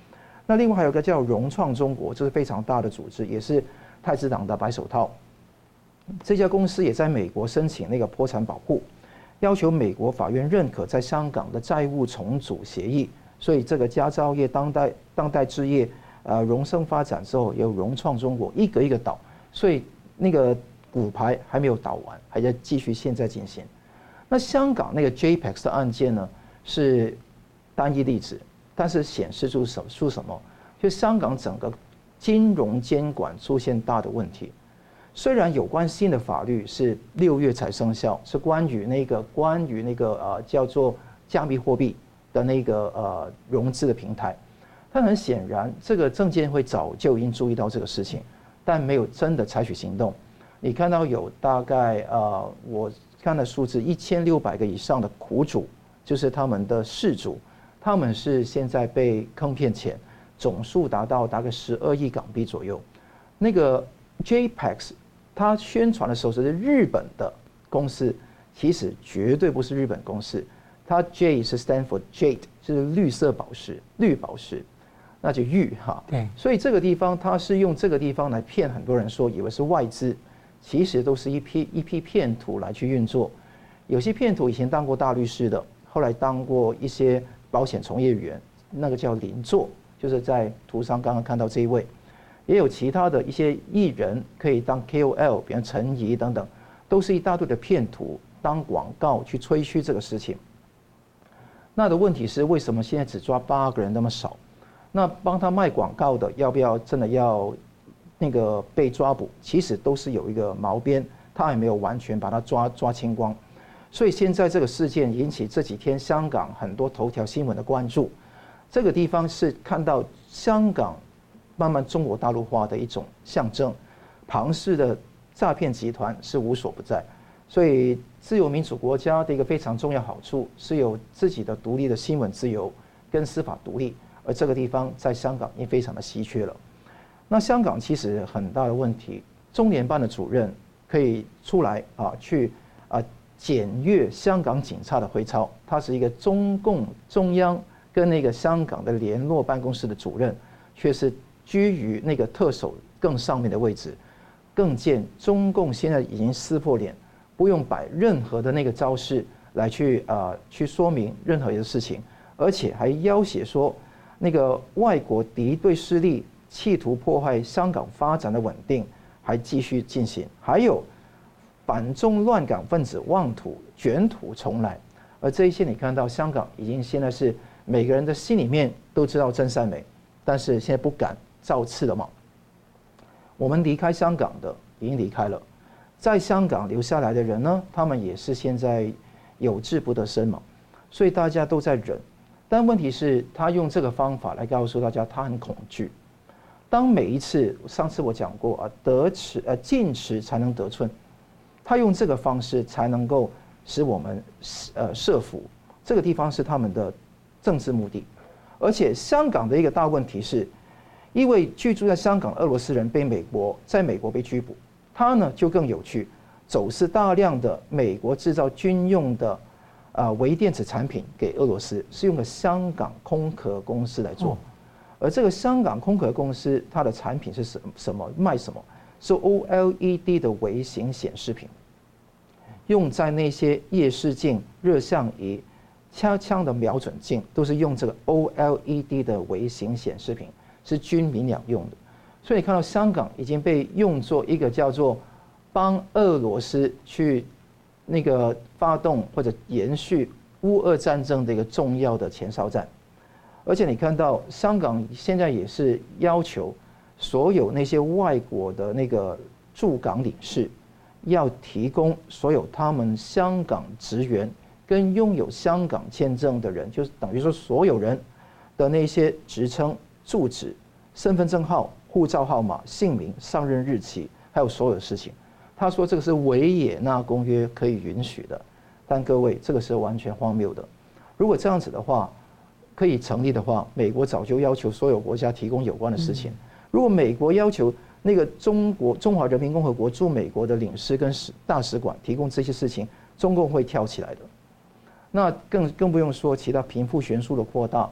那另外还有一个叫融创中国，这是非常大的组织，也是太子党的白手套。这家公司也在美国申请那个破产保护，要求美国法院认可在香港的债务重组协议。所以这个佳兆业、当代置业、荣盛发展之后，有融创中国一个一个倒，所以那个骨牌还没有倒完，还在继续现在进行。那香港那个 JPEX 的案件呢，是单一例子，但是显示出什么？就香港整个金融监管出现大的问题。虽然有关新的法律是6月才生效，是关于那个叫做加密货币的那个融资的平台，但很显然，这个证监会早就已经注意到这个事情，但没有真的采取行动。你看到有大概我看的数字1600个以上的苦主，就是他们的事主，他们是现在被坑骗钱，总数达到大概12亿港币左右。那个 JPEX 他宣传的时候是日本的公司，其实绝对不是日本公司。它 J 是 stand for jade， 就是绿色宝石，绿宝石，那就玉哈。 对， 所以这个地方它是用这个地方来骗很多人说以为是外资，其实都是一批骗徒来去运作。有些骗徒以前当过大律师的，后来当过一些保险从业员，那个叫邻座，就是在图上刚刚看到这一位。也有其他的一些艺人可以当 KOL， 比如陈怡等等，都是一大堆的骗徒当广告去吹嘘这个事情。那的问题是，为什么现在只抓8个人那么少？那帮他卖广告的要不要真的要那个被抓捕？其实都是有一个毛边，他还没有完全把他抓清光。所以现在这个事件引起这几天香港很多头条新闻的关注。这个地方是看到香港慢慢中国大陆化的一种象征，庞氏的诈骗集团是无所不在，所以自由民主国家的一个非常重要好处是有自己的独立的新闻自由跟司法独立，而这个地方在香港已经非常的稀缺了。那香港其实很大的问题，中联办的主任可以出来去检阅香港警察的徽钞，他是一个中共中央跟那个香港的联络办公室的主任，却是居于那个特首更上面的位置，更见中共现在已经撕破脸，不用摆任何的那个招式来去说明任何的事情，而且还要挟说那个外国敌对势力企图破坏香港发展的稳定还继续进行，还有反中乱港分子妄图卷土重来，而这一些你看到香港已经现在是每个人的心里面都知道真善美，但是现在不敢造次了嘛。我们离开香港的已经离开了，在香港留下来的人呢，他们也是现在有志不得伸嘛，所以大家都在忍。但问题是，他用这个方法来告诉大家，他很恐惧。当每一次，上次我讲过进尺才能得寸，他用这个方式才能够使我们设伏。这个地方是他们的政治目的。而且香港的一个大问题是，因为居住在香港俄罗斯人在美国被拘捕，他呢就更有趣，走私大量的美国制造军用的微电子产品给俄罗斯，是用的香港空壳公司来做。而这个香港空壳公司，它的产品是什么？卖什么？是 OLED 的微型显示屏，用在那些夜视镜、热像仪、枪的瞄准镜，都是用这个 OLED 的微型显示屏，是军民两用的。所以你看到香港已经被用作一个叫做帮俄罗斯去那个发动或者延续乌俄战争的一个重要的前哨站。而且你看到香港现在也是要求所有那些外国的那个驻港领事要提供所有他们香港职员跟拥有香港签证的人，就是等于说所有人的那些职称、住址、身份证号、护照号码、姓名、上任日期，还有所有的事情。他说这个是维也纳公约可以允许的，但各位，这个是完全荒谬的。如果这样子的话，可以成立的话，美国早就要求所有国家提供有关的事情。如果美国要求那个中华人民共和国驻美国的领事跟大使馆提供这些事情，中共会跳起来的。那更不用说其他贫富悬殊的扩大，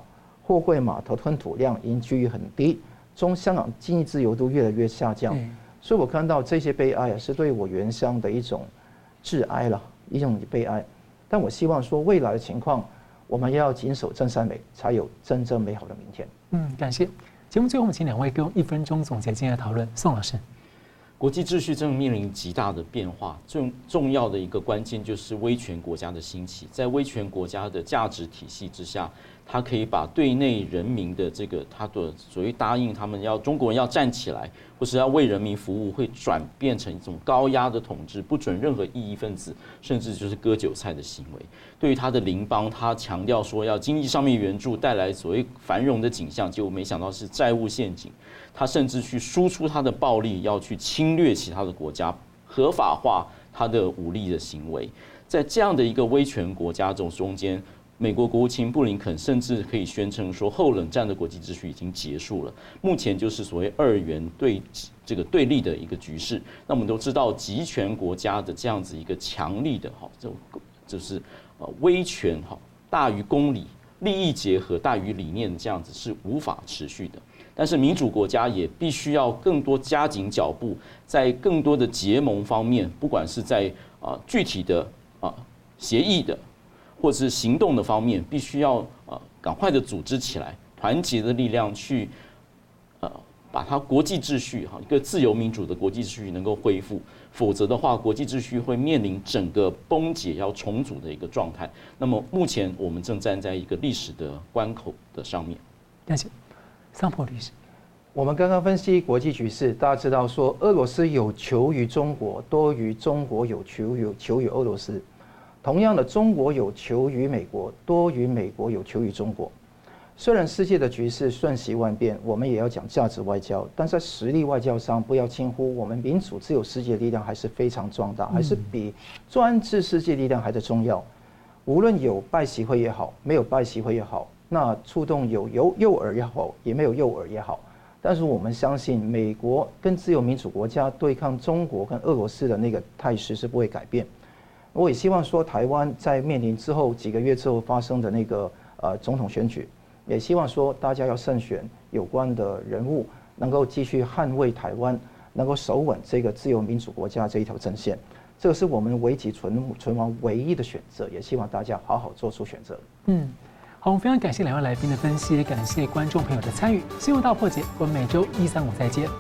货柜码头吞吐量已经居于很低，中香港经济自由度越来越下降，所以我看到这些悲哀是对我原乡的一种致哀了，一种悲哀。但我希望说未来的情况，我们要谨守真善美，才有真正美好的明天。 感谢。节目最后，我们请2位各用1分钟总结今天的讨论。宋老师， 国际秩序正面临极大的变化，重要的一个关键就是威权国家的兴起。在威权国家的价值体系之下，他可以把对内人民的他的所谓答应他们中国人要站起来，或是要为人民服务，会转变成一种高压的统治，不准任何异议分子，甚至就是割韭菜的行为。对于他的邻邦，他强调说要经济上面援助，带来所谓繁荣的景象，结果没想到是债务陷阱。他甚至去输出他的暴力，要去侵略其他的国家，合法化他的武力的行为。在这样的一个威权国家中间，美国国务卿布林肯甚至可以宣称说，后冷战的国际秩序已经结束了。目前就是所谓2元对立的一个局势。那我们都知道，集权国家的这样子一个强力的就是威权大于公理，利益结合大于理念，这样子是无法持续的。但是民主国家也必须要更多加紧脚步，在更多的结盟方面，不管是在具体的协议的，或者是行动的方面，必须要赶快的组织起来，团结的力量去把它国际秩序一个自由民主的国际秩序能够恢复，否则的话，国际秩序会面临整个崩解要重组的一个状态。那么目前我们正站在一个历史的关口的上面。 感谢。桑普律师， 我们刚刚分析国际局势，大家知道说俄罗斯有求于中国，多于中国有求于俄罗斯。同样的，中国有求于美国，多于美国有求于中国。虽然世界的局势瞬息万变，我们也要讲价值外交，但在实力外交上，不要轻忽我们民主自由世界力量还是非常壮大，还是比专制世界力量还是重要。无论有拜习会也好，没有拜习会也好，那触动有诱饵也好，也没有诱饵也好，但是我们相信美国跟自由民主国家对抗中国跟俄罗斯的那个态势是不会改变。我也希望说，台湾在面临之后几个月之后发生的那个总统选举，也希望说大家要慎选有关的人物，能够继续捍卫台湾，能够守稳这个自由民主国家这一条阵线。这个是我们危急存亡唯一的选择，也希望大家好好做出选择。 好，我们非常感谢2位来宾的分析，也感谢观众朋友的参与。新闻大破解，我们每周1、3、5再见。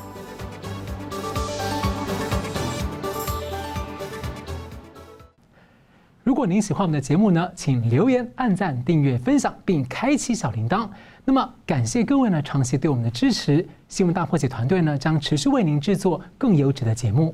如果您喜欢我们的节目呢，请留言、按赞、订阅、分享，并开启小铃铛。那么，感谢各位呢长期对我们的支持。新闻大破解团队呢将持续为您制作更优质的节目。